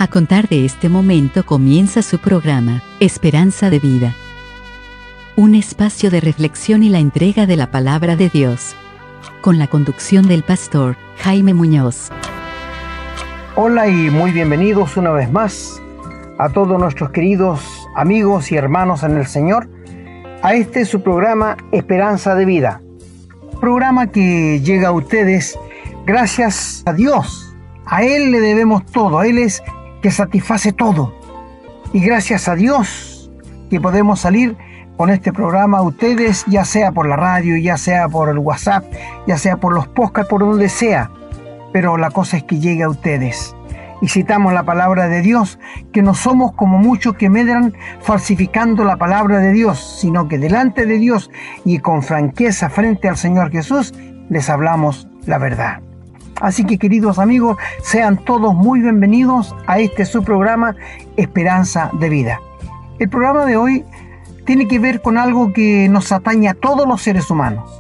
A contar de este momento comienza su programa, Esperanza de Vida. Un espacio de reflexión y la entrega de la palabra de Dios. Con la conducción del pastor Jaime Muñoz. Hola y muy bienvenidos una vez más a todos nuestros queridos amigos y hermanos en el Señor, a este su programa Esperanza de Vida. Programa que llega a ustedes gracias a Dios. A Él le debemos todo, a Él es que satisface todo. Y gracias a Dios que podemos salir con este programa a ustedes, ya sea por la radio, ya sea por el WhatsApp, ya sea por los podcasts, por donde sea. Pero la cosa es que llegue a ustedes. Y citamos la palabra de Dios, que no somos como muchos que medran falsificando la palabra de Dios, sino que delante de Dios y con franqueza frente al Señor Jesús, les hablamos la verdad. Así que, queridos amigos, sean todos muy bienvenidos a este su programa Esperanza de Vida. El programa de hoy tiene que ver con algo que nos atañe a todos los seres humanos.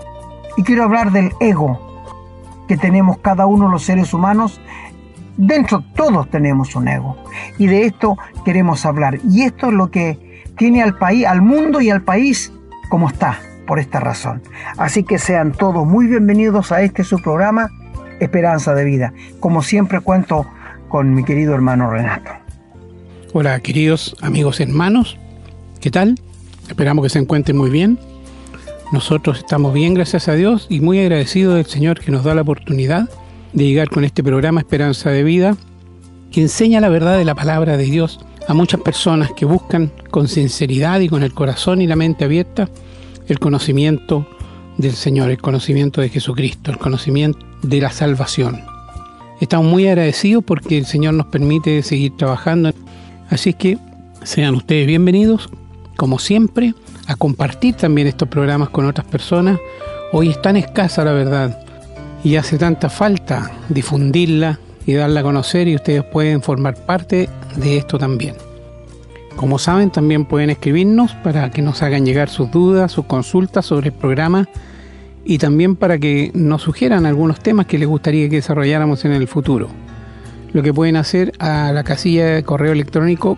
Y quiero hablar del ego que tenemos cada uno de los seres humanos. Dentro todos tenemos un ego. Y de esto queremos hablar. Y esto es lo que tiene al país, al mundo y al país como está, por esta razón. Así que sean todos muy bienvenidos a este su programa Esperanza de Vida. Como siempre cuento con mi querido hermano Renato. Hola queridos amigos hermanos, ¿qué tal? Esperamos que se encuentren muy bien. Nosotros estamos bien, gracias a Dios, y muy agradecidos del Señor que nos da la oportunidad de llegar con este programa Esperanza de Vida, que enseña la verdad de la palabra de Dios a muchas personas que buscan con sinceridad y con el corazón y la mente abierta el conocimiento del Señor, el conocimiento de Jesucristo, el conocimiento de la salvación. Estamos muy agradecidos porque el Señor nos permite seguir trabajando. Así que sean ustedes bienvenidos, como siempre, a compartir también estos programas con otras personas. Hoy es tan escasa la verdad y hace tanta falta difundirla y darla a conocer, y ustedes pueden formar parte de esto también. Como saben, también pueden escribirnos para que nos hagan llegar sus dudas, sus consultas sobre el programa, y también para que nos sugieran algunos temas que les gustaría que desarrolláramos en el futuro. Lo que pueden hacer a la casilla de correo electrónico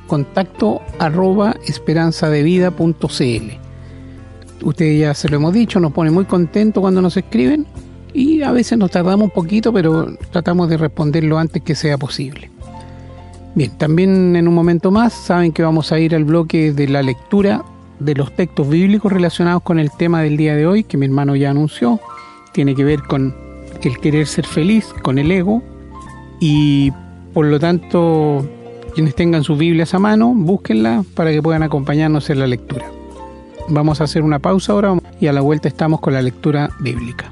contacto@esperanzadevida.cl. Ustedes ya se lo hemos dicho, nos pone muy contentos cuando nos escriben, y a veces nos tardamos un poquito, pero tratamos de responder lo antes que sea posible. Bien, también en un momento más saben que vamos a ir al bloque de la lectura de los textos bíblicos relacionados con el tema del día de hoy, que mi hermano ya anunció. Tiene que ver con el querer ser feliz, con el ego, y por lo tanto quienes tengan sus Biblias a mano, búsquenla para que puedan acompañarnos en la lectura. Vamos a hacer una pausa ahora y a la vuelta estamos con la lectura bíblica.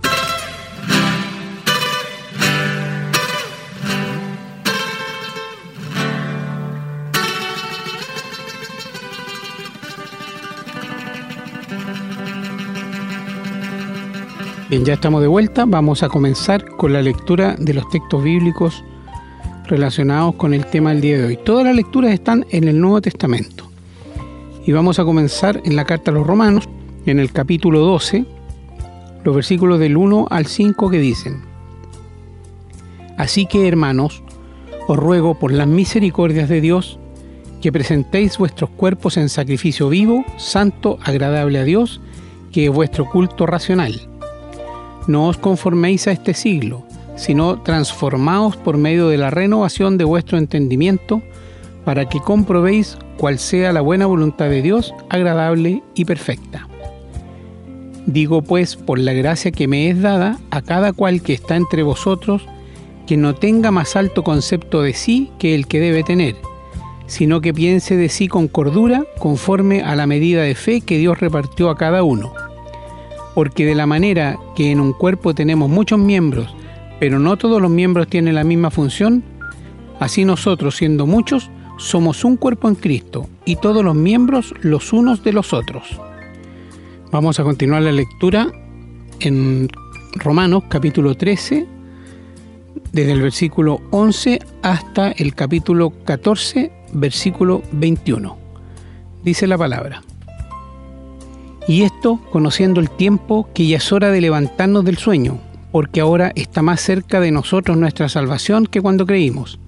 Bien, ya estamos de vuelta. Vamos a comenzar con la lectura de los textos bíblicos relacionados con el tema del día de hoy. Todas las lecturas están en el Nuevo Testamento. Y vamos a comenzar en la carta a los Romanos, en el capítulo 12, los versículos del 1 al 5 que dicen: Así que, hermanos, os ruego por las misericordias de Dios que presentéis vuestros cuerpos en sacrificio vivo, santo, agradable a Dios, que es vuestro culto racional. No os conforméis a este siglo, sino transformaos por medio de la renovación de vuestro entendimiento, para que comprobéis cuál sea la buena voluntad de Dios, agradable y perfecta. Digo pues, por la gracia que me es dada, a cada cual que está entre vosotros, que no tenga más alto concepto de sí que el que debe tener, sino que piense de sí con cordura, conforme a la medida de fe que Dios repartió a cada uno. Porque de la manera que en un cuerpo tenemos muchos miembros, pero no todos los miembros tienen la misma función, así nosotros, siendo muchos, somos un cuerpo en Cristo, y todos los miembros los unos de los otros. Vamos a continuar la lectura en Romanos capítulo 13, desde el versículo 11 hasta el capítulo 14, versículo 21. Dice la palabra: Y esto, conociendo el tiempo, que ya es hora de levantarnos del sueño, porque ahora está más cerca de nosotros nuestra salvación que cuando creímos.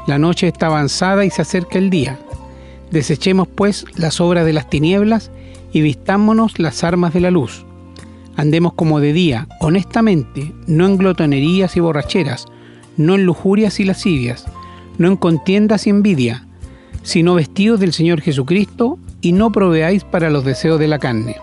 La noche está avanzada y se acerca el día. Desechemos pues las obras de las tinieblas y vistámonos las armas de la luz. Andemos como de día, honestamente, no en glotonerías y borracheras, no en lujurias y lascivias, no en contiendas y envidia, sino vestidos del Señor Jesucristo, y no proveáis para los deseos de la carne.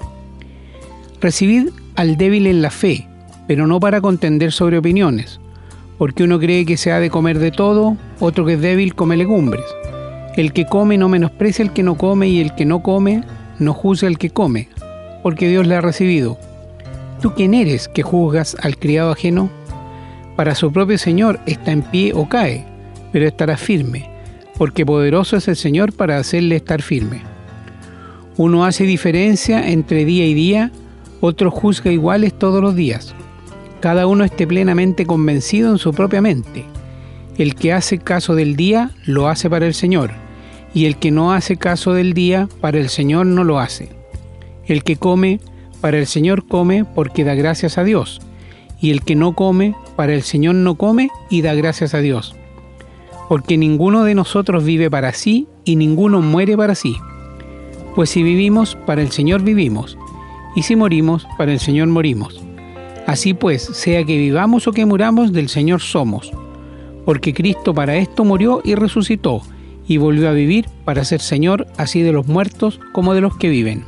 Recibid al débil en la fe, pero no para contender sobre opiniones, porque uno cree que se ha de comer de todo, otro que es débil come legumbres. El que come no menosprecia al que no come, y el que no come no juzga al que come, porque Dios le ha recibido. ¿Tú quién eres que juzgas al criado ajeno? Para su propio Señor está en pie o cae, pero estará firme, porque poderoso es el Señor para hacerle estar firme. Uno hace diferencia entre día y día, otro juzga iguales todos los días. Cada uno esté plenamente convencido en su propia mente. El que hace caso del día, lo hace para el Señor, y el que no hace caso del día, para el Señor no lo hace. El que come, para el Señor come, porque da gracias a Dios, y el que no come, para el Señor no come, y da gracias a Dios. Porque ninguno de nosotros vive para sí, y ninguno muere para sí. Pues si vivimos, para el Señor vivimos, y si morimos, para el Señor morimos. Así pues, sea que vivamos o que muramos, del Señor somos. Porque Cristo para esto murió y resucitó, y volvió a vivir para ser Señor así de los muertos como de los que viven.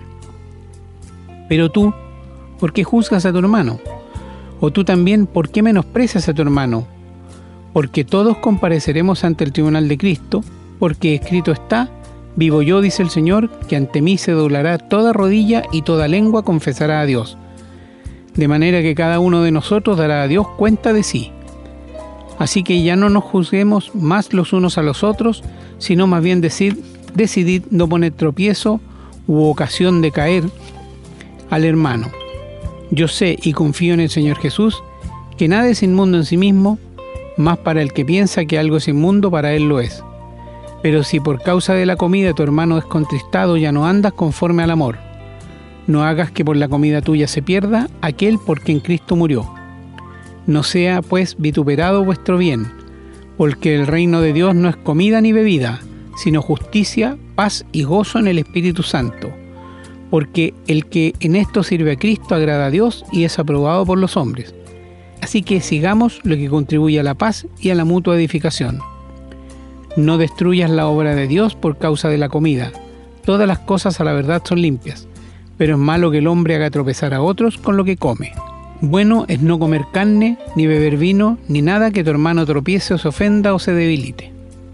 Pero tú, ¿por qué juzgas a tu hermano? O tú también, ¿por qué menosprecias a tu hermano? Porque todos compareceremos ante el tribunal de Cristo, porque escrito está: vivo yo, dice el Señor, que ante mí se doblará toda rodilla y toda lengua confesará a Dios. De manera que cada uno de nosotros dará a Dios cuenta de sí. Así que ya no nos juzguemos más los unos a los otros, sino más bien decidid no poner tropiezo u ocasión de caer al hermano. Yo sé y confío en el Señor Jesús, que nada es inmundo en sí mismo, más para el que piensa que algo es inmundo, para él lo es. Pero si por causa de la comida tu hermano es contristado, ya no andas conforme al amor. No hagas que por la comida tuya se pierda aquel por quien Cristo murió. No sea, pues, vituperado vuestro bien, porque el reino de Dios no es comida ni bebida, sino justicia, paz y gozo en el Espíritu Santo. Porque el que en esto sirve a Cristo agrada a Dios y es aprobado por los hombres. Así que sigamos lo que contribuye a la paz y a la mutua edificación. No destruyas la obra de Dios por causa de la comida. Todas las cosas a la verdad son limpias, pero es malo que el hombre haga tropezar a otros con lo que come. Bueno es no comer carne, ni beber vino, ni nada que tu hermano tropiece o se ofenda o se debilite.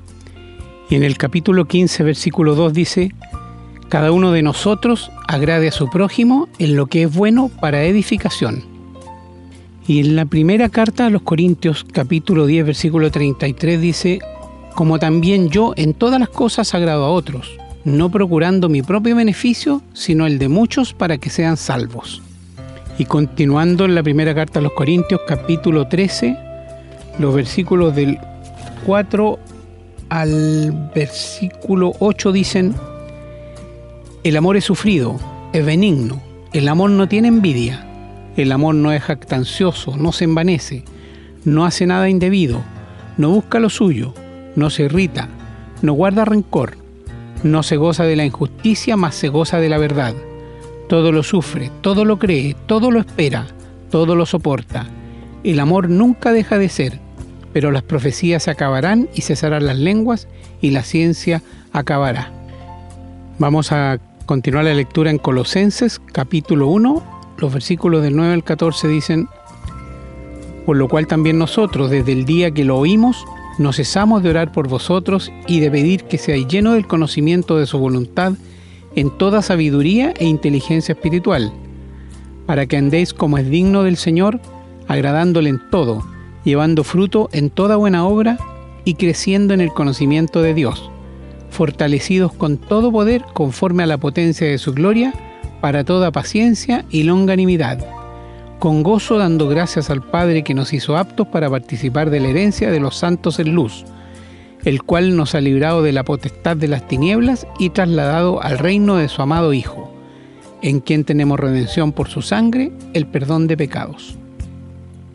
Y en el capítulo 15, versículo 2 dice: cada uno de nosotros agrade a su prójimo en lo que es bueno para edificación. Y en la primera carta a los Corintios, capítulo 10, versículo 33 dice: como también yo en todas las cosas agrado a otros, no procurando mi propio beneficio, sino el de muchos para que sean salvos. Y continuando en la primera carta a los Corintios, capítulo 13, los versículos del 4 al versículo 8 dicen: el amor es sufrido, es benigno, el amor no tiene envidia, el amor no es jactancioso, no se envanece, no hace nada indebido, no busca lo suyo, no se irrita, no guarda rencor, no se goza de la injusticia, mas se goza de la verdad. Todo lo sufre, todo lo cree, todo lo espera, todo lo soporta. El amor nunca deja de ser, pero las profecías se acabarán y cesarán las lenguas y la ciencia acabará. Vamos a continuar la lectura en Colosenses, capítulo 1, los versículos del 9 al 14 dicen: por lo cual también nosotros, desde el día que lo oímos, no cesamos de orar por vosotros y de pedir que seáis llenos del conocimiento de su voluntad en toda sabiduría e inteligencia espiritual, para que andéis como es digno del Señor, agradándole en todo, llevando fruto en toda buena obra y creciendo en el conocimiento de Dios, fortalecidos con todo poder conforme a la potencia de su gloria, para toda paciencia y longanimidad, con gozo dando gracias al Padre que nos hizo aptos para participar de la herencia de los santos en luz, el cual nos ha librado de la potestad de las tinieblas y trasladado al reino de su amado Hijo, en quien tenemos redención por su sangre, el perdón de pecados.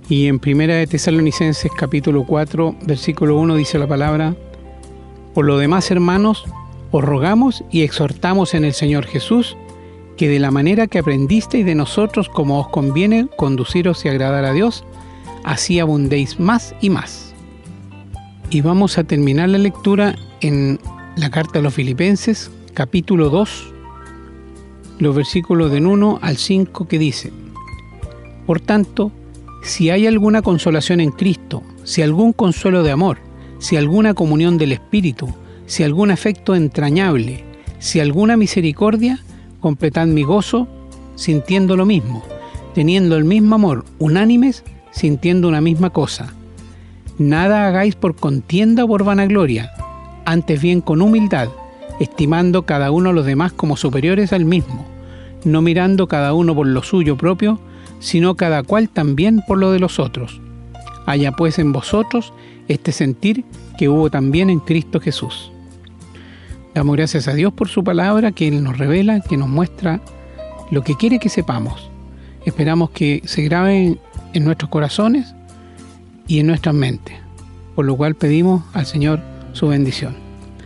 Y en Primera de Tesalonicenses capítulo 4, versículo 1 dice la palabra: por lo demás, hermanos, os rogamos y exhortamos en el Señor Jesús, que de la manera que aprendisteis de nosotros como os conviene conduciros y agradar a Dios, así abundéis más y más. Y vamos a terminar la lectura en la carta a los Filipenses, capítulo 2, los versículos del 1 al 5, que dice: por tanto, si hay alguna consolación en Cristo, si algún consuelo de amor, si alguna comunión del Espíritu, si algún afecto entrañable, si alguna misericordia, completad mi gozo, sintiendo lo mismo, teniendo el mismo amor, unánimes, sintiendo una misma cosa. Nada hagáis por contienda o por vanagloria, antes bien con humildad, estimando cada uno a los demás como superiores al mismo, no mirando cada uno por lo suyo propio, sino cada cual también por lo de los otros. Haya pues en vosotros este sentir que hubo también en Cristo Jesús. Damos gracias a Dios por su palabra, que Él nos revela, que nos muestra lo que quiere que sepamos. Esperamos que se grabe en nuestros corazones y en nuestras mentes, por lo cual pedimos al Señor su bendición.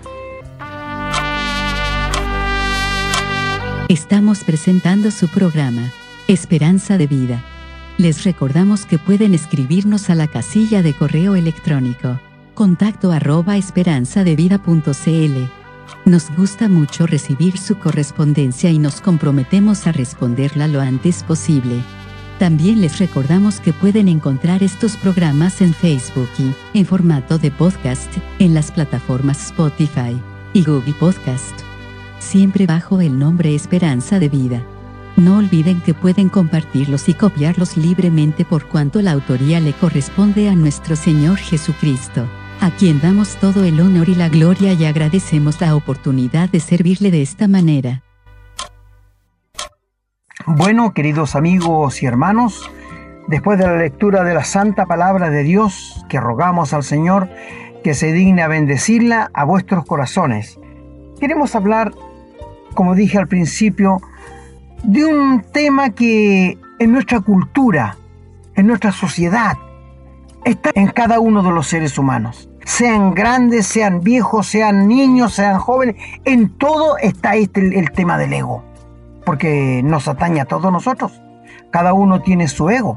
Estamos presentando su programa, Esperanza de Vida. Les recordamos que pueden escribirnos a la casilla de correo electrónico contacto@esperanzadevida.cl. Nos gusta mucho recibir su correspondencia y nos comprometemos a responderla lo antes posible. También les recordamos que pueden encontrar estos programas en Facebook y, en formato de podcast, en las plataformas Spotify y Google Podcast, siempre bajo el nombre Esperanza de Vida. No olviden que pueden compartirlos y copiarlos libremente por cuanto la autoría le corresponde a nuestro Señor Jesucristo, a quien damos todo el honor y la gloria y agradecemos la oportunidad de servirle de esta manera. Bueno, queridos amigos y hermanos, después de la lectura de la Santa Palabra de Dios, que rogamos al Señor que se digne a bendecirla a vuestros corazones, queremos hablar, como dije al principio, de un tema que en nuestra cultura, en nuestra sociedad, está en cada uno de los seres humanos. Sean grandes, sean viejos, sean niños, sean jóvenes, en todo está el tema del ego. Porque nos atañe a todos nosotros. Cada uno tiene su ego.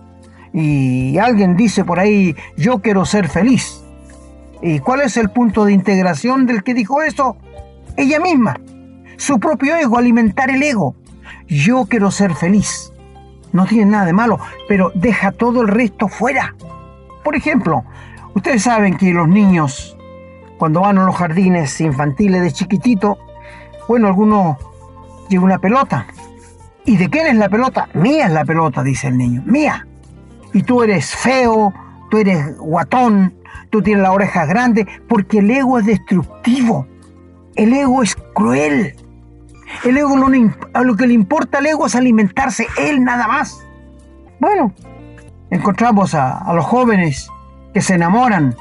Y alguien dice por ahí, yo quiero ser feliz. ¿Y cuál es el punto de integración del que dijo eso? Ella misma. Su propio ego, alimentar el ego. Yo quiero ser feliz. No tiene nada de malo, pero deja todo el resto fuera. Por ejemplo, ustedes saben que los niños, cuando van a los jardines infantiles de chiquitito, bueno, algunos llevan una pelota. ¿Y de quién es la pelota? Mía es la pelota, dice el niño. Mía. Y tú eres feo, tú eres guatón, tú tienes las orejas grandes, porque el ego es destructivo. El ego es cruel. El ego, a lo que le importa al ego es alimentarse él nada más. Bueno, encontramos a los jóvenes que se enamoran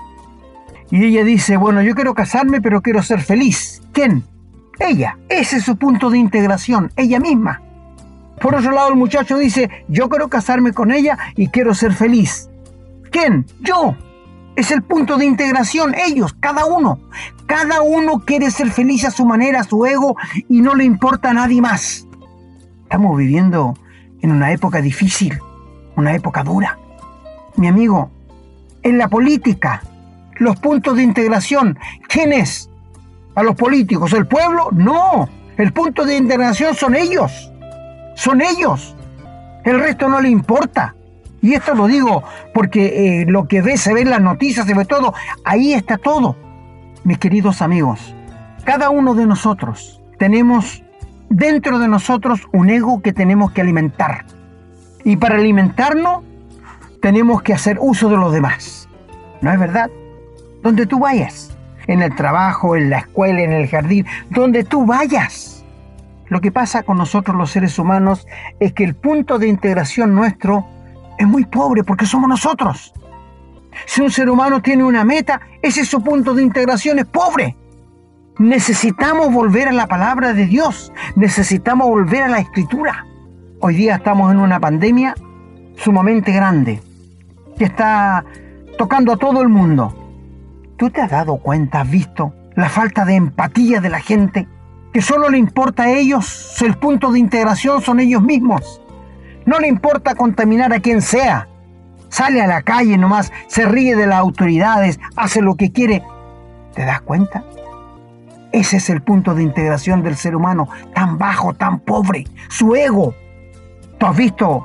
y ella dice, bueno, yo quiero casarme pero quiero ser feliz. ¿Quién? Ella. Ese es su punto de integración, ella misma. Por otro lado, el muchacho dice, yo quiero casarme con ella y quiero ser feliz. ¿Quién? Yo. Es el punto de integración, ellos, cada uno. Cada uno quiere ser feliz a su manera, a su ego, y no le importa a nadie más. Estamos viviendo en una época difícil, una época dura. Mi amigo, en la política, los puntos de integración, ¿quién es? ¿A los políticos? ¿El pueblo? No, el punto de integración son ellos. Son ellos. El resto no le importa. Y esto lo digo porque lo que se ve en las noticias, se ve todo. Ahí está todo. Mis queridos amigos, cada uno de nosotros tenemos dentro de nosotros un ego que tenemos que alimentar. Y para alimentarnos tenemos que hacer uso de los demás. ¿No es verdad? Donde tú vayas, en el trabajo, en la escuela, en el jardín, donde tú vayas. Lo que pasa con nosotros los seres humanos es que el punto de integración nuestro es muy pobre porque somos nosotros. Si un ser humano tiene una meta, ese es su punto de integración, es pobre. Necesitamos volver a la palabra de Dios, necesitamos volver a la Escritura. Hoy día estamos en una pandemia sumamente grande. que está tocando a todo el mundo. ¿Tú te has dado cuenta, has visto la falta de empatía de la gente? Que solo le importa a ellos, el punto de integración son ellos mismos. No le importa contaminar a quien sea. Sale a la calle nomás, se ríe de las autoridades, hace lo que quiere. ¿Te das cuenta? Ese es el punto de integración del ser humano, tan bajo, tan pobre, su ego. ¿Tú has visto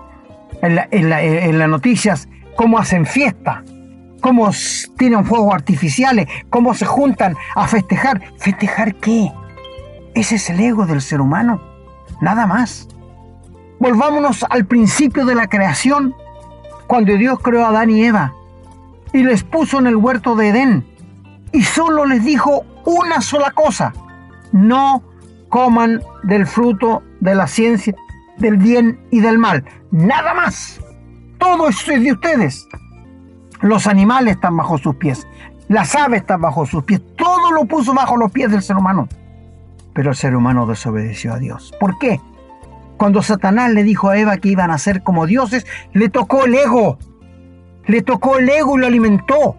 en las noticias cómo hacen fiesta? ¿Cómo tienen fuegos artificiales? ¿Cómo se juntan a festejar? ¿Festejar qué? Ese es el ego del ser humano, nada más. Volvámonos al principio de la creación, cuando Dios creó a Adán y Eva y les puso en el huerto de Edén y solo les dijo una sola cosa: no coman del fruto de la ciencia del bien y del mal, nada más. Todo eso es de ustedes. Los animales están bajo sus pies, las aves están bajo sus pies, todo lo puso bajo los pies del ser humano. Pero el ser humano desobedeció a Dios. ¿Por qué? Cuando Satanás le dijo a Eva que iban a ser como dioses, le tocó el ego. Le tocó el ego y lo alimentó.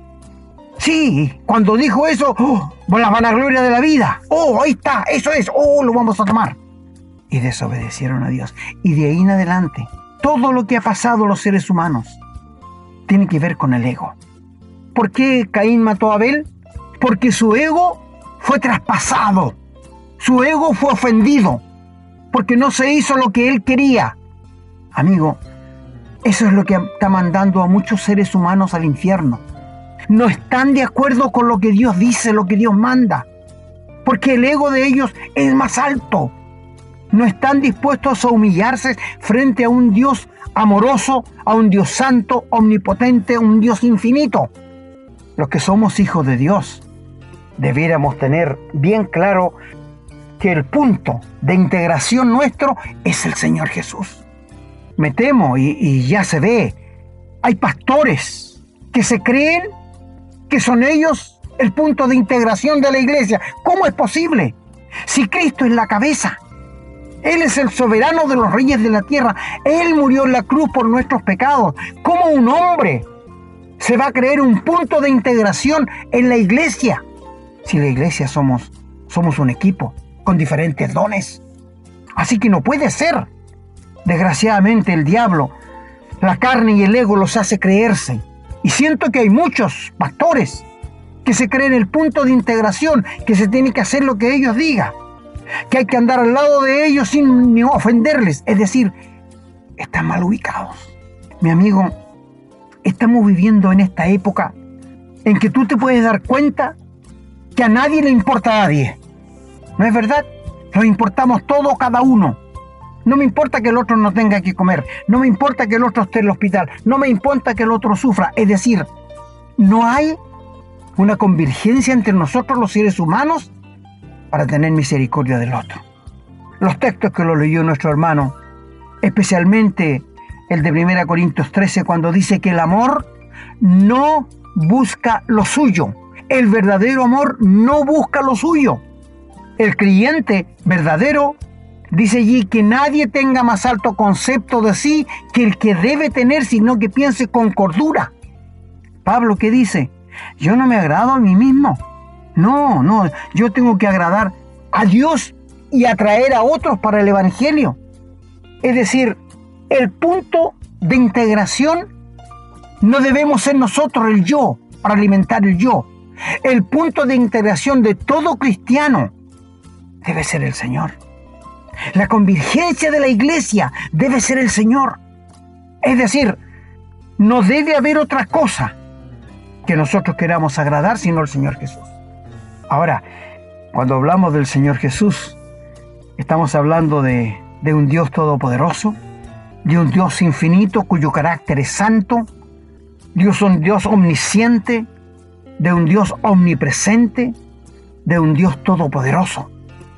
Sí, cuando dijo eso, la vanagloria de la vida. Ahí está, eso es, lo vamos a tomar. Y desobedecieron a Dios. Y de ahí en adelante, todo lo que ha pasado a los seres humanos tiene que ver con el ego. ¿Por qué Caín mató a Abel? Porque su ego fue traspasado. Su ego fue ofendido. Porque no se hizo lo que él quería. Amigo, eso es lo que está mandando a muchos seres humanos al infierno. No están de acuerdo con lo que Dios dice, lo que Dios manda. Porque el ego de ellos es más alto. No están dispuestos a humillarse frente a un Dios amoroso, a un Dios santo, omnipotente, a un Dios infinito. Los que somos hijos de Dios, debiéramos tener bien claro que el punto de integración nuestro es el Señor Jesús. Me temo, y ya se ve, hay pastores que se creen que son ellos el punto de integración de la iglesia. ¿Cómo es posible? Si Cristo es la cabeza, Él es el soberano de los reyes de la tierra, Él murió en la cruz por nuestros pecados. ¿Cómo un hombre se va a creer un punto de integración en la iglesia? Si la iglesia somos un equipo con diferentes dones. Así que no puede ser. Desgraciadamente el diablo, la carne y el ego los hace creerse. Y siento que hay muchos pastores que se creen el punto de integración, que se tiene que hacer lo que ellos digan, que hay que andar al lado de ellos sin ni ofenderles. Es decir, están mal ubicados. Mi amigo, estamos viviendo en esta época en que tú te puedes dar cuenta que a nadie le importa a nadie. ¿No es verdad? Nos importamos todos, cada uno. No me importa que el otro no tenga que comer. No me importa que el otro esté en el hospital. No me importa que el otro sufra. Es decir, no hay una convergencia entre nosotros los seres humanos para tener misericordia del otro. Los textos que lo leyó nuestro hermano, especialmente el de 1 Corintios 13, cuando dice que el amor no busca lo suyo. El verdadero amor no busca lo suyo. El creyente verdadero dice allí que nadie tenga más alto concepto de sí que el que debe tener, sino que piense con cordura. Pablo, ¿qué dice? Yo no me agrado a mí mismo. No, yo tengo que agradar a Dios y atraer a otros para el evangelio. Es decir, el punto de integración no debemos ser nosotros el yo, para alimentar el yo. El punto de integración de todo cristiano debe ser el Señor. La convergencia de la iglesia debe ser el Señor. Es decir, no debe haber otra cosa que nosotros queramos agradar sino el Señor Jesús. Ahora, cuando hablamos del Señor Jesús, estamos hablando de un Dios todopoderoso, de un Dios infinito cuyo carácter es santo, de un Dios omnisciente, de un Dios omnipresente, de un Dios todopoderoso.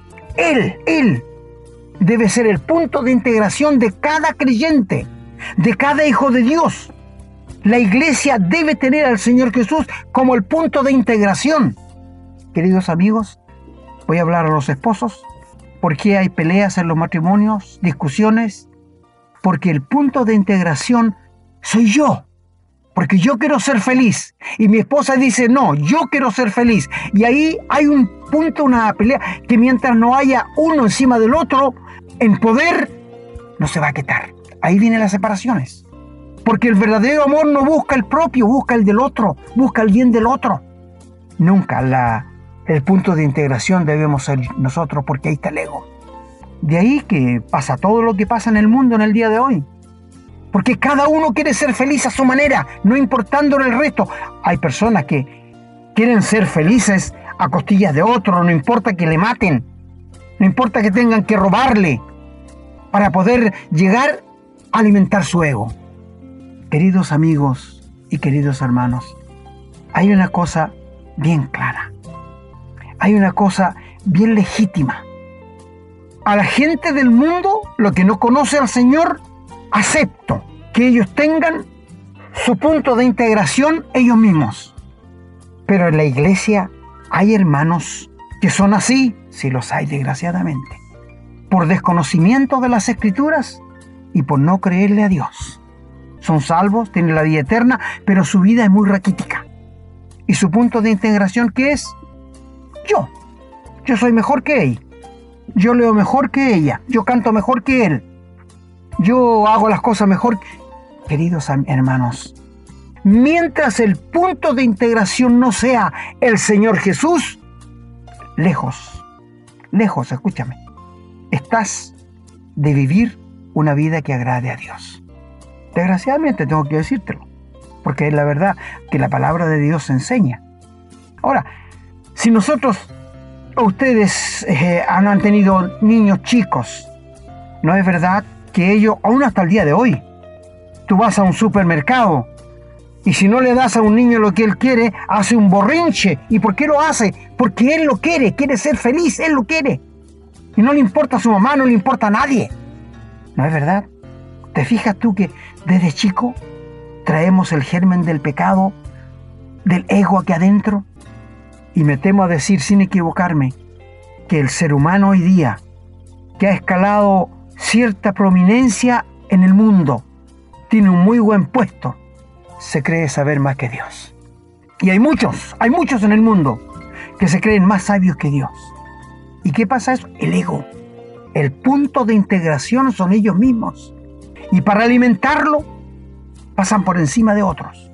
Él debe ser el punto de integración de cada creyente, de cada hijo de Dios. La iglesia debe tener al Señor Jesús como el punto de integración. Queridos amigos, voy a hablar a los esposos. ¿Por qué hay peleas en los matrimonios, discusiones? Porque el punto de integración soy yo. porque yo quiero ser feliz. Y mi esposa dice, no, yo quiero ser feliz. Y ahí hay un punto, una pelea, que mientras no haya uno encima del otro, en poder, no se va a quitar. Ahí vienen las separaciones. Porque el verdadero amor no busca el propio, busca el del otro, busca el bien del otro. Nunca el punto de integración debemos ser nosotros, porque ahí está el ego. De ahí que pasa todo lo que pasa en el mundo en el día de hoy. Porque cada uno quiere ser feliz a su manera, no importándole el resto. Hay personas que quieren ser felices a costillas de otro, no importa que le maten, no importa que tengan que robarle para poder llegar a alimentar su ego. Queridos amigos y queridos hermanos, hay una cosa bien clara, hay una cosa bien legítima. A la gente del mundo, lo que no conoce al Señor, acepto que ellos tengan su punto de integración ellos mismos. Pero en la iglesia hay hermanos que son así, si los hay desgraciadamente, por desconocimiento de las Escrituras y por no creerle a Dios. Son salvos, tienen la vida eterna, pero su vida es muy raquítica. ¿Y su punto de integración qué es? Yo soy mejor que él. Yo leo mejor que ella. Yo canto mejor que él. Yo hago las cosas mejor. Queridos hermanos, mientras el punto de integración no sea el Señor Jesús, lejos, escúchame, estás de vivir una vida que agrade a Dios. Desgraciadamente tengo que decírtelo, porque es la verdad que la palabra de Dios enseña. Ahora, si nosotros o ustedes han tenido niños chicos, ¿no es verdad que ellos, aún hasta el día de hoy, tú vas a un supermercado y si no le das a un niño lo que él quiere, hace un berrinche? ¿Y por qué lo hace? Porque él lo quiere ser feliz, él lo quiere. Y no le importa a su mamá, no le importa a nadie. ¿No es verdad? ¿Te fijas tú que desde chico traemos el germen del pecado, del ego aquí adentro? Y me temo a decir, sin equivocarme, que el ser humano hoy día, que ha escalado cierta prominencia en el mundo, tiene un muy buen puesto, se cree saber más que Dios. Y hay muchos en el mundo que se creen más sabios que Dios. ¿Y qué pasa eso? El ego. El punto de integración son ellos mismos. Y para alimentarlo, pasan por encima de otros.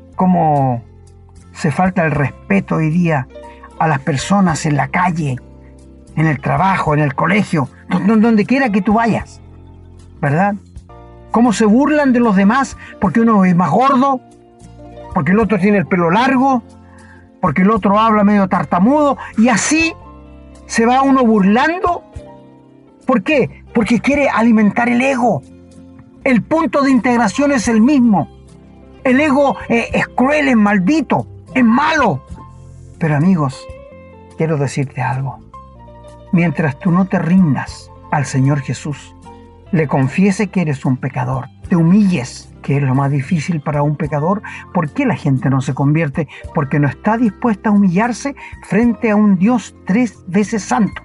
Como se falta el respeto hoy día a las personas en la calle, en el trabajo, en el colegio, donde quiera que tú vayas, ¿verdad? Cómo se burlan de los demás porque uno es más gordo, porque el otro tiene el pelo largo, porque el otro habla medio tartamudo, y así se va uno burlando. ¿Por qué? Porque quiere alimentar el ego. El punto de integración es el mismo. El ego es cruel, es maldito, es malo. Pero amigos, quiero decirte algo. Mientras tú no te rindas al Señor Jesús, le confiese que eres un pecador, te humilles, que es lo más difícil para un pecador. ¿Por qué la gente no se convierte? Porque no está dispuesta a humillarse frente a un Dios 3 veces santo.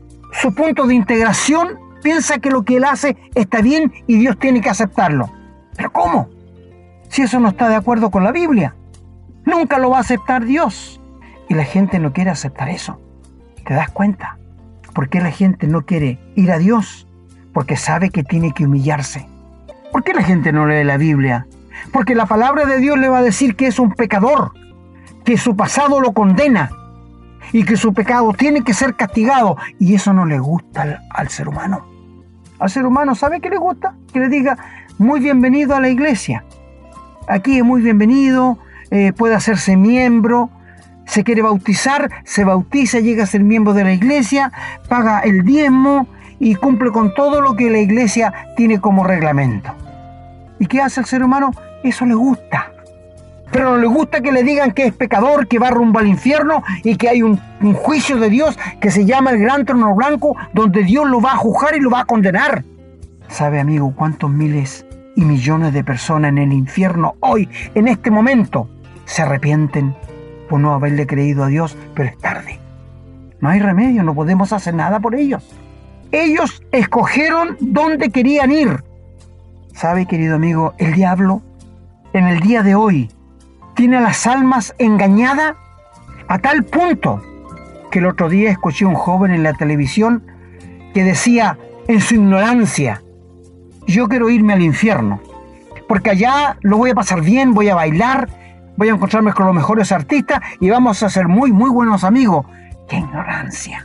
Su punto de integración piensa que lo que él hace está bien y Dios tiene que aceptarlo. ¿Pero cómo? Si eso no está de acuerdo con la Biblia. Nunca lo va a aceptar Dios. Y la gente no quiere aceptar eso. ¿Te das cuenta? ¿Por qué la gente no quiere ir a Dios? Porque sabe que tiene que humillarse. ¿Por qué la gente no lee la Biblia? Porque la palabra de Dios le va a decir que es un pecador, que su pasado lo condena y que su pecado tiene que ser castigado. Y eso no le gusta al ser humano. Al ser humano, ¿sabe qué le gusta? Que le diga, muy bienvenido a la iglesia. Aquí es muy bienvenido, puede hacerse miembro, se quiere bautizar, se bautiza, llega a ser miembro de la iglesia, paga el diezmo y cumple con todo lo que la iglesia tiene como reglamento. ¿Y qué hace el ser humano? Eso le gusta. Pero no le gusta que le digan que es pecador, que va rumbo al infierno y que hay un juicio de Dios que se llama el gran trono blanco, donde Dios lo va a juzgar y lo va a condenar. ¿Sabe, amigo, cuántos miles y millones de personas en el infierno hoy, en este momento, se arrepienten por no haberle creído a Dios? Pero es tarde. No hay remedio, no podemos hacer nada por ellos. Ellos escogieron dónde querían ir. ¿Sabe, querido amigo? El diablo en el día de hoy tiene a las almas engañadas a tal punto que el otro día escuché a un joven en la televisión que decía en su ignorancia: yo quiero irme al infierno, porque allá lo voy a pasar bien, voy a bailar, voy a encontrarme con los mejores artistas y vamos a ser muy, muy buenos amigos. ¡Qué ignorancia!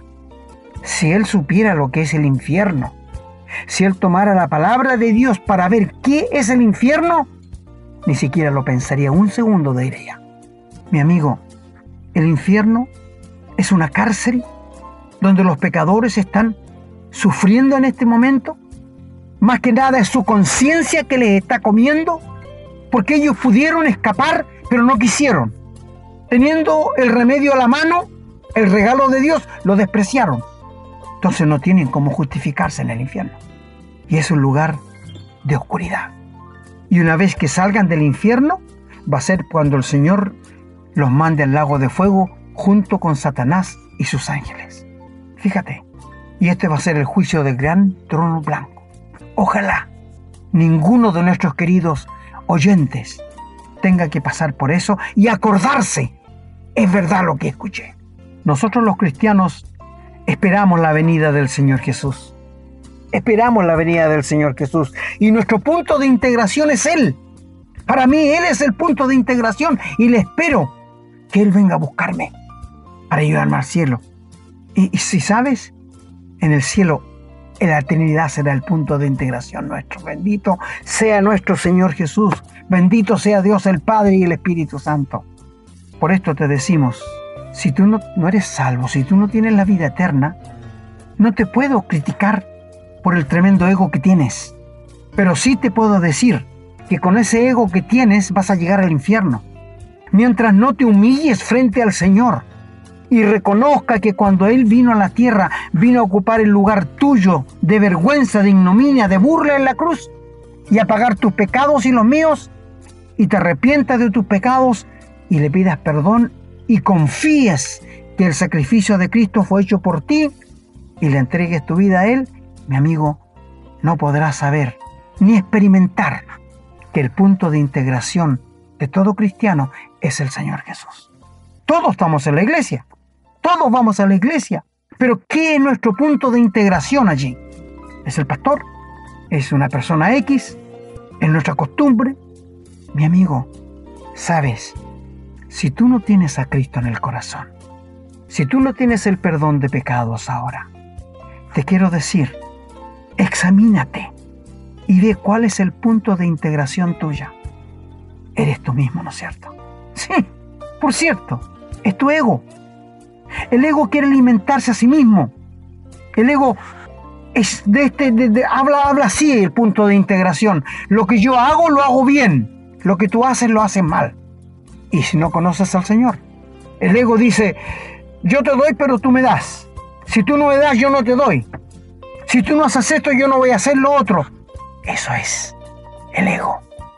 Si él supiera lo que es el infierno, si él tomara la palabra de Dios para ver qué es el infierno, ni siquiera lo pensaría un segundo de ir allá. Mi amigo, el infierno es una cárcel donde los pecadores están sufriendo en este momento. Más que nada es su conciencia que les está comiendo, porque ellos pudieron escapar, pero no quisieron. Teniendo el remedio a la mano, el regalo de Dios, lo despreciaron. Entonces no tienen cómo justificarse en el infierno. Y es un lugar de oscuridad. Y una vez que salgan del infierno, va a ser cuando el Señor los mande al lago de fuego junto con Satanás y sus ángeles. Fíjate, y este va a ser el juicio del gran trono blanco. Ojalá ninguno de nuestros queridos oyentes tenga que pasar por eso y acordarse, es verdad lo que escuché. Nosotros los cristianos esperamos la venida del Señor Jesús. Esperamos la venida del Señor Jesús. Y nuestro punto de integración es Él. Para mí, Él es el punto de integración. Y le espero que Él venga a buscarme para llevarme al cielo. Y si sabes, en el cielo, en la eternidad será el punto de integración nuestro. Bendito sea nuestro Señor Jesús. Bendito sea Dios el Padre y el Espíritu Santo. Por esto te decimos, si tú no eres salvo, si tú no tienes la vida eterna, no te puedo criticar por el tremendo ego que tienes. Pero sí te puedo decir que con ese ego que tienes vas a llegar al infierno. Mientras no te humilles frente al Señor y reconozca que cuando Él vino a la tierra, vino a ocupar el lugar tuyo de vergüenza, de ignominia, de burla en la cruz y a pagar tus pecados y los míos, y te arrepientas de tus pecados y le pidas perdón y confíes que el sacrificio de Cristo fue hecho por ti y le entregues tu vida a Él, mi amigo, no podrás saber ni experimentar que el punto de integración de todo cristiano es el Señor Jesús. Todos estamos en la iglesia, todos vamos a la iglesia, pero ¿qué es nuestro punto de integración allí? ¿Es el pastor? ¿Es una persona X? ¿Es nuestra costumbre? Mi amigo, sabes, si tú no tienes a Cristo en el corazón, si tú no tienes el perdón de pecados ahora, te quiero decir, examínate y ve cuál es el punto de integración tuya. Eres tú mismo, ¿no es cierto? Sí, por cierto, es tu ego. El ego quiere alimentarse a sí mismo. El ego es habla así el punto de integración. Lo que yo hago, lo hago bien. Lo que tú haces, lo haces mal. Y si no conoces al Señor, el ego dice, yo te doy, pero tú me das. Si tú no me das, yo no te doy. Si tú no haces esto, yo no voy a hacer lo otro. Eso es el ego.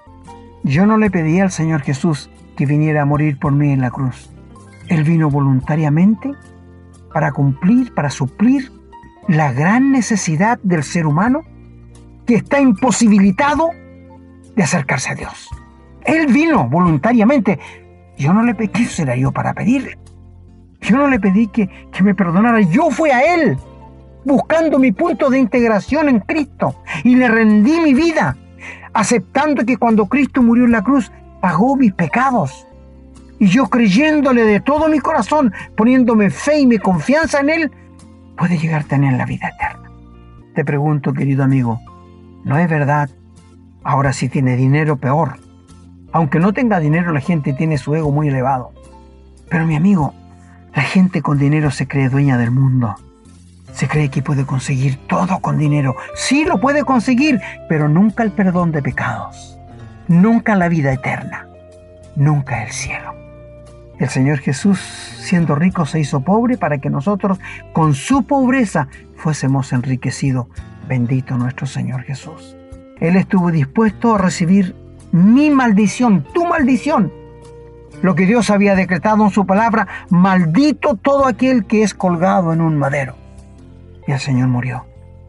Yo no le pedí al Señor Jesús que viniera a morir por mí en la cruz. Él vino voluntariamente para cumplir, para suplir la gran necesidad del ser humano que está imposibilitado de acercarse a Dios. Él vino voluntariamente. Yo no le pedí, ¿qué será yo para pedirle? Yo no le pedí que me perdonara. Yo fui a Él buscando mi punto de integración en Cristo y le rendí mi vida, aceptando que cuando Cristo murió en la cruz pagó mis pecados. Y yo creyéndole de todo mi corazón, poniéndome fe y mi confianza en Él, puede llegar a tener la vida eterna. Te pregunto, querido amigo, ¿no es verdad? Ahora si tiene dinero, peor. Aunque no tenga dinero, la gente tiene su ego muy elevado. Pero mi amigo, la gente con dinero se cree dueña del mundo. Se cree que puede conseguir todo con dinero. Sí lo puede conseguir, pero nunca el perdón de pecados. Nunca la vida eterna. Nunca el cielo. El Señor Jesús, siendo rico, se hizo pobre para que nosotros, con su pobreza, fuésemos enriquecidos. Bendito nuestro Señor Jesús. Él estuvo dispuesto a recibir mi maldición, tu maldición. Lo que Dios había decretado en su palabra, maldito todo aquel que es colgado en un madero. Y el Señor murió.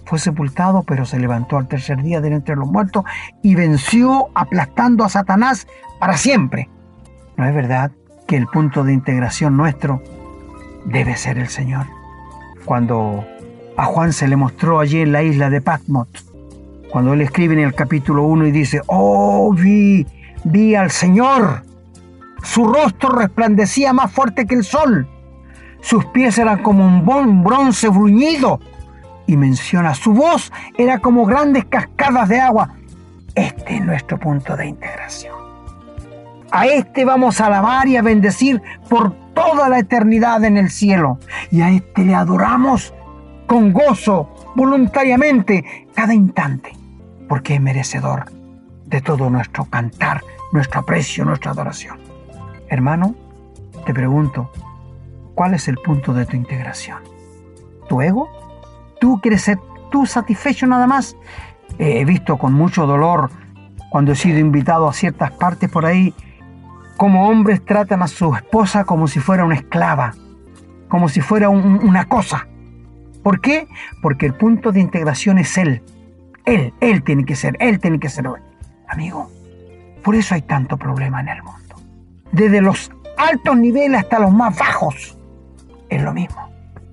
Fue sepultado, pero se levantó al tercer día de entre los muertos y venció aplastando a Satanás para siempre. ¿No es verdad que el punto de integración nuestro debe ser el Señor? Cuando a Juan se le mostró allí en la isla de Patmos, cuando él escribe en el capítulo 1 y dice: oh, vi al Señor, su rostro resplandecía más fuerte que el sol, sus pies eran como un bronce bruñido, y menciona, su voz era como grandes cascadas de agua. Este es nuestro punto de integración. A este vamos a alabar y a bendecir por toda la eternidad en el cielo, y a este le adoramos con gozo, voluntariamente, cada instante, porque es merecedor de todo nuestro cantar, nuestro aprecio, nuestra adoración. Hermano, te pregunto, ¿cuál es el punto de tu integración? ¿Tu ego? ¿Tú quieres ser tú satisfecho nada más? He visto con mucho dolor, cuando he sido invitado a ciertas partes por ahí, cómo hombres tratan a su esposa como si fuera una esclava, como si fuera una cosa. ¿Por qué? Porque el punto de integración es Él. Él tiene que ser hoy. Amigo, por eso hay tanto problema en el mundo. Desde los altos niveles hasta los más bajos. Es lo mismo.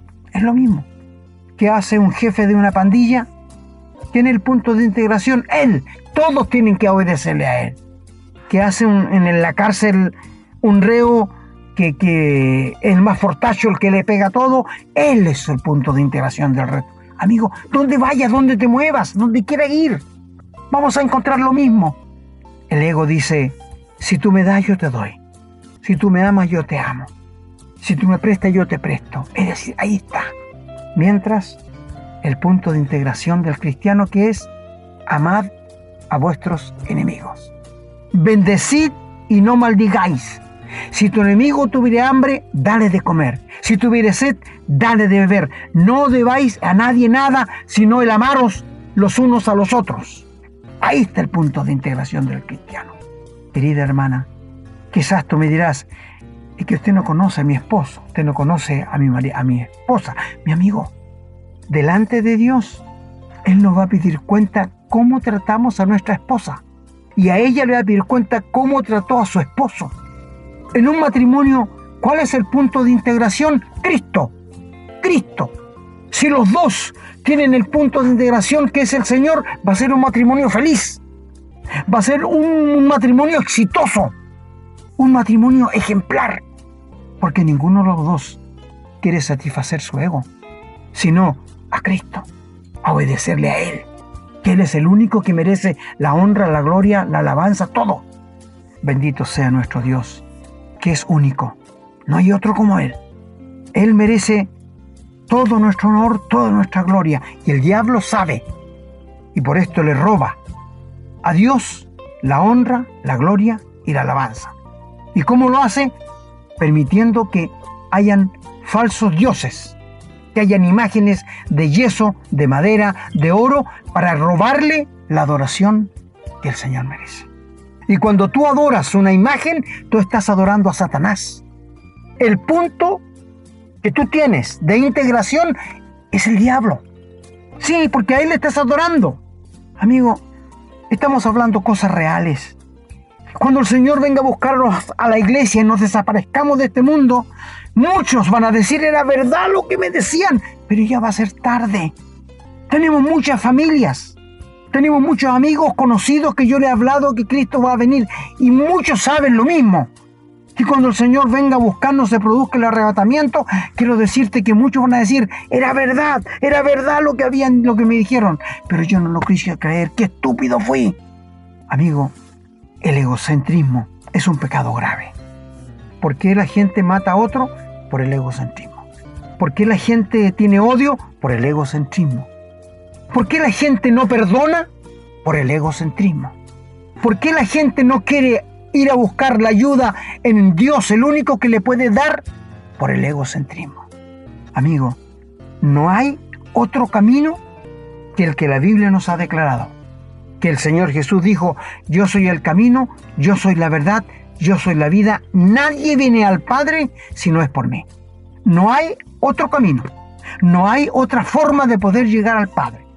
¿Qué hace un jefe de una pandilla? Tiene el punto de integración Él. Todos tienen que obedecerle a Él. ¿Qué hace en la cárcel un reo que es el más fortacho, el que le pega todo? Él es el punto de integración del resto. Amigo, donde vayas, donde te muevas, donde quieras ir, vamos a encontrar lo mismo. El ego dice: si tú me das, yo te doy. Si tú me amas, yo te amo. Si tú me prestas, yo te presto. Es decir, ahí está. Mientras, el punto de integración del cristiano, que es: amad a vuestros enemigos. Bendecid y no maldigáis. Si tu enemigo tuviere hambre, dale de comer. Si tuviere sed, dale de beber. No debáis a nadie nada, sino el amaros los unos a los otros. Ahí está el punto de integración del cristiano. Querida hermana, quizás tú me dirás: es que usted no conoce a mi esposo, usted no conoce a mi esposa, mi amigo. Delante de Dios, Él nos va a pedir cuenta cómo tratamos a nuestra esposa, y a ella le va a pedir cuenta cómo trató a su esposo. En un matrimonio, ¿cuál es el punto de integración? Cristo. Si los dos tienen el punto de integración, que es el Señor, va a ser un matrimonio feliz. Va a ser un matrimonio exitoso. Un matrimonio ejemplar. Porque ninguno de los dos quiere satisfacer su ego, sino a Cristo, a obedecerle a Él, que Él es el único que merece la honra, la gloria, la alabanza, todo. Bendito sea nuestro Dios, que es único. No hay otro como Él. Él merece todo nuestro honor, toda nuestra gloria. Y el diablo sabe, y por esto le roba a Dios la honra, la gloria y la alabanza. ¿Y cómo lo hace? Permitiendo que hayan falsos dioses, que hayan imágenes de yeso, de madera, de oro, para robarle la adoración que el Señor merece. Y cuando tú adoras una imagen, tú estás adorando a Satanás. El punto que tú tienes de integración es el diablo. Sí, porque a él le estás adorando. Amigo, estamos hablando cosas reales. Cuando el Señor venga a buscarnos a la iglesia y nos desaparezcamos de este mundo, muchos van a decir: era verdad lo que me decían, pero ya va a ser tarde. Tenemos muchas familias, tenemos muchos amigos conocidos que yo le he hablado que Cristo va a venir, y muchos saben lo mismo. Y cuando el Señor venga a buscarnos, se produzca el arrebatamiento, quiero decirte que muchos van a decir: era verdad lo que me dijeron, pero yo no lo quise creer, qué estúpido fui. Amigo, el egocentrismo es un pecado grave. ¿Por qué la gente mata a otro? Por el egocentrismo. ¿Por qué la gente tiene odio? Por el egocentrismo. ¿Por qué la gente no perdona? Por el egocentrismo. ¿Por qué la gente no quiere ir a buscar la ayuda en Dios, el único que le puede dar? Por el egocentrismo. Amigo, no hay otro camino que el que la Biblia nos ha declarado. Que el Señor Jesús dijo: yo soy el camino, yo soy la verdad, yo soy la vida. Nadie viene al Padre si no es por mí. No hay otro camino. No hay otra forma de poder llegar al Padre.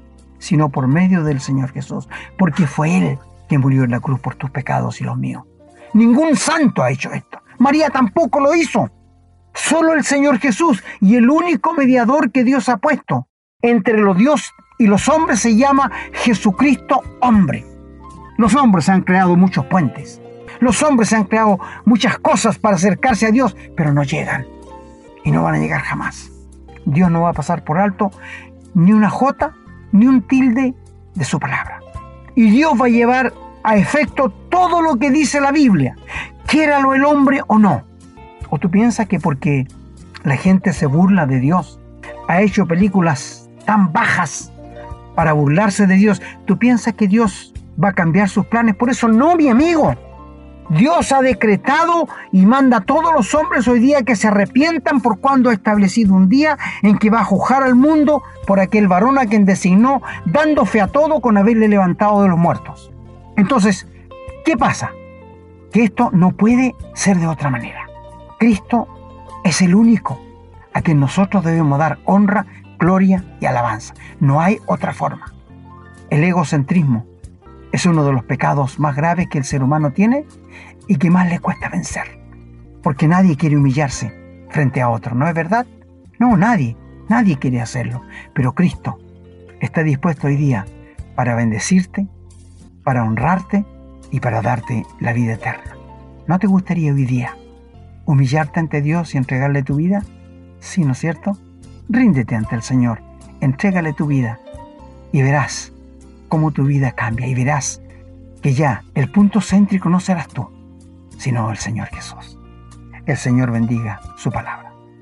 sino por medio del Señor Jesús, porque fue Él quien murió en la cruz por tus pecados y los míos. Ningún santo ha hecho esto. María tampoco lo hizo. Solo el Señor Jesús, y el único mediador que Dios ha puesto entre los Dios y los hombres se llama Jesucristo hombre. Los hombres han creado muchos puentes. Los hombres han creado muchas cosas para acercarse a Dios, pero no llegan. Y no van a llegar jamás. Dios no va a pasar por alto ni una jota, ni un tilde de su palabra. Y Dios va a llevar a efecto todo lo que dice la Biblia, quiéralo el hombre o no. ¿O tú piensas que porque la gente se burla de Dios, ha hecho películas tan bajas para burlarse de Dios, tú piensas que Dios va a cambiar sus planes? Por eso no, mi amigo. Dios ha decretado y manda a todos los hombres hoy día que se arrepientan, por cuando ha establecido un día en que va a juzgar al mundo por aquel varón a quien designó, dando fe a todo con haberle levantado de los muertos. Entonces, ¿qué pasa? Que esto no puede ser de otra manera. Cristo es el único a quien nosotros debemos dar honra, gloria y alabanza. No hay otra forma. El egocentrismo es uno de los pecados más graves que el ser humano tiene y que más le cuesta vencer. Porque nadie quiere humillarse frente a otro, ¿no es verdad? No, nadie quiere hacerlo. Pero Cristo está dispuesto hoy día para bendecirte, para honrarte y para darte la vida eterna. ¿No te gustaría hoy día humillarte ante Dios y entregarle tu vida? Sí, ¿no es cierto? Ríndete ante el Señor, entrégale tu vida y verás cómo tu vida cambia, y verás que ya el punto céntrico no serás tú, sino el Señor Jesús. El Señor bendiga su palabra.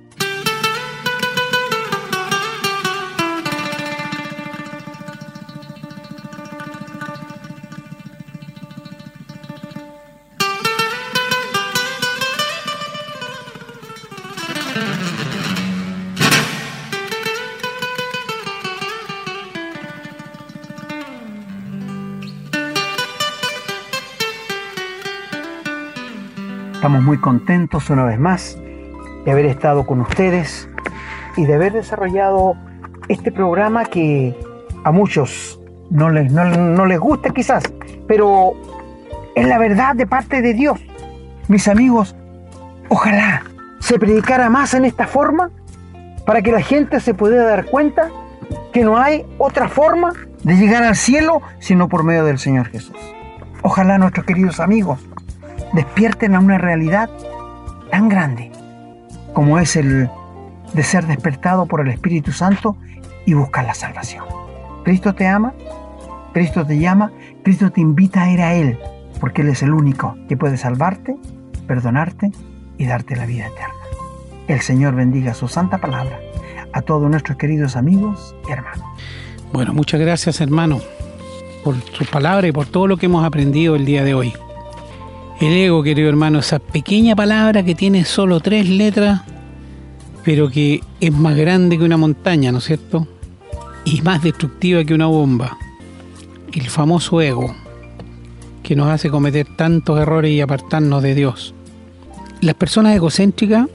Estamos muy contentos una vez más de haber estado con ustedes y de haber desarrollado este programa que a muchos no les gusta quizás, pero es la verdad de parte de Dios. Mis amigos, ojalá se predicara más en esta forma para que la gente se pudiera dar cuenta que no hay otra forma de llegar al cielo sino por medio del Señor Jesús. Ojalá nuestros queridos amigos despierten a una realidad tan grande como es el de ser despertado por el Espíritu Santo y buscar la salvación. Cristo te ama, Cristo te llama, Cristo te invita a ir a Él, porque Él es el único que puede salvarte, perdonarte y darte la vida eterna. El Señor bendiga su santa palabra a todos nuestros queridos amigos y hermanos. Bueno, muchas gracias, hermano, por su palabra y por todo lo que hemos aprendido el día de hoy. El ego, querido hermano, esa pequeña palabra que tiene solo 3 letras, pero que es más grande que una montaña, ¿no es cierto? Y más destructiva que una bomba. El famoso ego, que nos hace cometer tantos errores y apartarnos de Dios. Las personas egocéntricas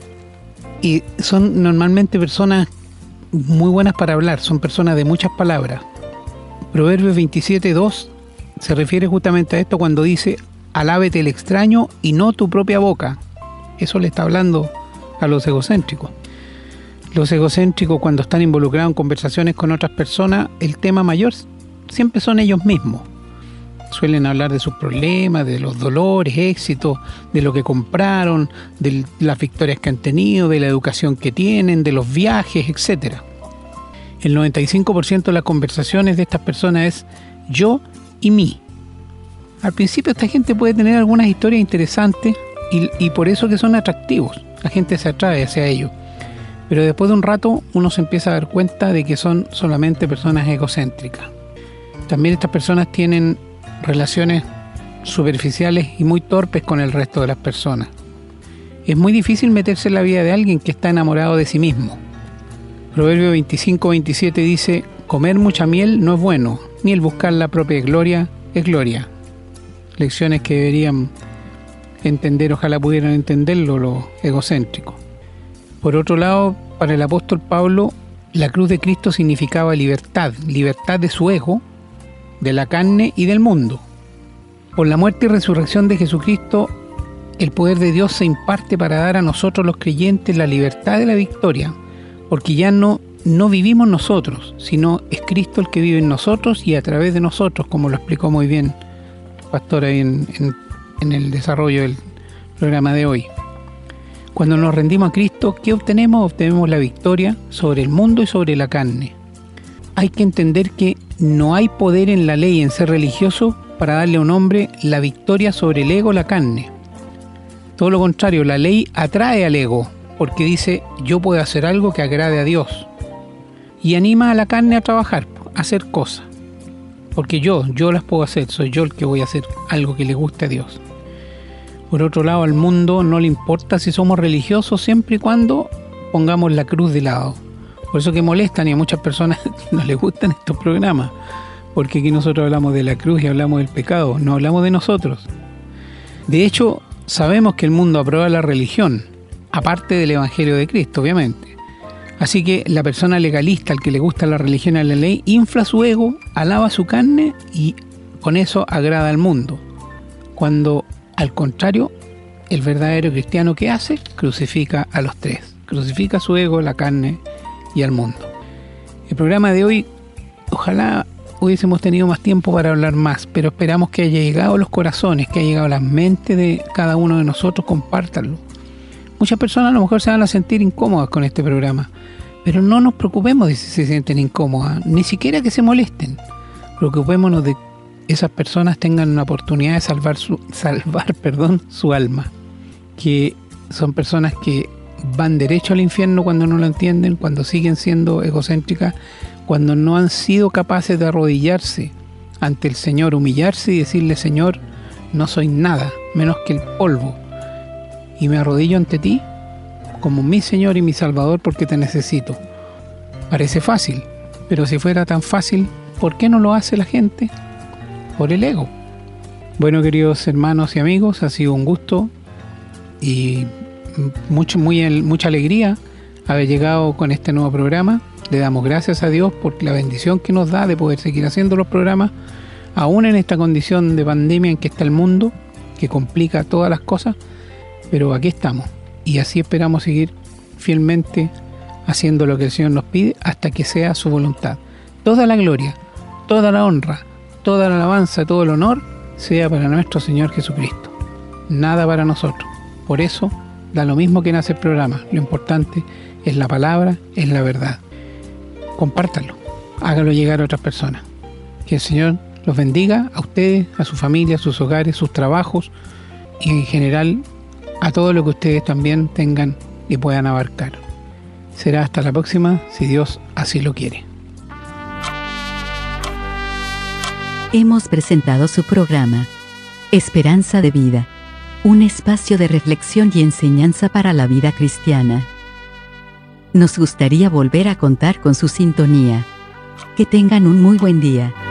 son normalmente personas muy buenas para hablar, son personas de muchas palabras. Proverbios 27:2 se refiere justamente a esto cuando dice: alábete el extraño y no tu propia boca. Eso le está hablando a los egocéntricos. Los egocéntricos, cuando están involucrados en conversaciones con otras personas, el tema mayor siempre son ellos mismos. Suelen hablar de sus problemas, de los dolores, éxitos, de lo que compraron, de las victorias que han tenido, de la educación que tienen, de los viajes, etc. El 95% de las conversaciones de estas personas es yo y mí. Al principio esta gente puede tener algunas historias interesantes y por eso que son atractivos. La gente se atrae hacia ellos. Pero después de un rato uno se empieza a dar cuenta de que son solamente personas egocéntricas. También estas personas tienen relaciones superficiales y muy torpes con el resto de las personas. Es muy difícil meterse en la vida de alguien que está enamorado de sí mismo. Proverbio 25:27 dice: comer mucha miel no es bueno, ni el buscar la propia gloria es gloria. Lecciones que deberían entender, ojalá pudieran entenderlo los egocéntricos. Por otro lado, para el apóstol Pablo, la cruz de Cristo significaba libertad, libertad de su ego, de la carne y del mundo. Por la muerte y resurrección de Jesucristo, el poder de Dios se imparte para dar a nosotros los creyentes la libertad de la victoria, porque ya no vivimos nosotros, sino es Cristo el que vive en nosotros y a través de nosotros, como lo explicó muy bien el pastor ahí en el desarrollo del programa de hoy. Cuando nos rendimos a Cristo, ¿qué obtenemos? Obtenemos la victoria sobre el mundo y sobre la carne. Hay que entender que no hay poder en la ley en ser religioso para darle a un hombre la victoria sobre el ego, la carne. Todo lo contrario, la ley atrae al ego, porque dice, yo puedo hacer algo que agrade a Dios. Y anima a la carne a trabajar, a hacer cosas. Porque yo las puedo hacer, soy yo el que voy a hacer algo que le guste a Dios. Por otro lado, al mundo no le importa si somos religiosos siempre y cuando pongamos la cruz de lado. Por eso que molestan y a muchas personas no les gustan estos programas. Porque aquí nosotros hablamos de la cruz y hablamos del pecado, no hablamos de nosotros. De hecho, sabemos que el mundo aprueba la religión, aparte del Evangelio de Cristo, obviamente. Así que la persona legalista, al que le gusta la religión y la ley, infla su ego, alaba su carne y con eso agrada al mundo. Cuando, al contrario, el verdadero cristiano, ¿qué hace? Crucifica a los tres. Crucifica su ego, la carne y al mundo. El programa de hoy, ojalá hubiésemos tenido más tiempo para hablar más, pero esperamos que haya llegado a los corazones, que haya llegado a las mentes de cada uno de nosotros. Compártanlo. Muchas personas a lo mejor se van a sentir incómodas con este programa, pero no nos preocupemos de si se sienten incómodas, ni siquiera que se molesten. Preocupémonos de que esas personas tengan una oportunidad de salvar su alma, que son personas que van derecho al infierno cuando no lo entienden, cuando siguen siendo egocéntricas, cuando no han sido capaces de arrodillarse ante el Señor, humillarse y decirle, Señor, no soy nada, menos que el polvo, y me arrodillo ante ti como mi Señor y mi Salvador porque te necesito. Parece fácil, pero si fuera tan fácil, ¿por qué no lo hace la gente? Por el ego. Bueno, queridos hermanos y amigos, ha sido un gusto y mucha alegría haber llegado con este nuevo programa. Le damos gracias a Dios por la bendición que nos da de poder seguir haciendo los programas, aún en esta condición de pandemia en que está el mundo, que complica todas las cosas, pero aquí estamos y así esperamos seguir fielmente haciendo lo que el Señor nos pide hasta que sea su voluntad. Toda la gloria, toda la honra, toda la alabanza, todo el honor sea para nuestro Señor Jesucristo. Nada para nosotros. Por eso da lo mismo que nace el programa. Lo importante es la palabra, es la verdad. Compártanlo, hágalo llegar a otras personas. Que el Señor los bendiga a ustedes, a su familia, a sus hogares, sus trabajos y en general a todo lo que ustedes también tengan y puedan abarcar. Será hasta la próxima, si Dios así lo quiere. Hemos presentado su programa Esperanza de Vida, un espacio de reflexión y enseñanza para la vida cristiana. Nos gustaría volver a contar con su sintonía. Que tengan un muy buen día.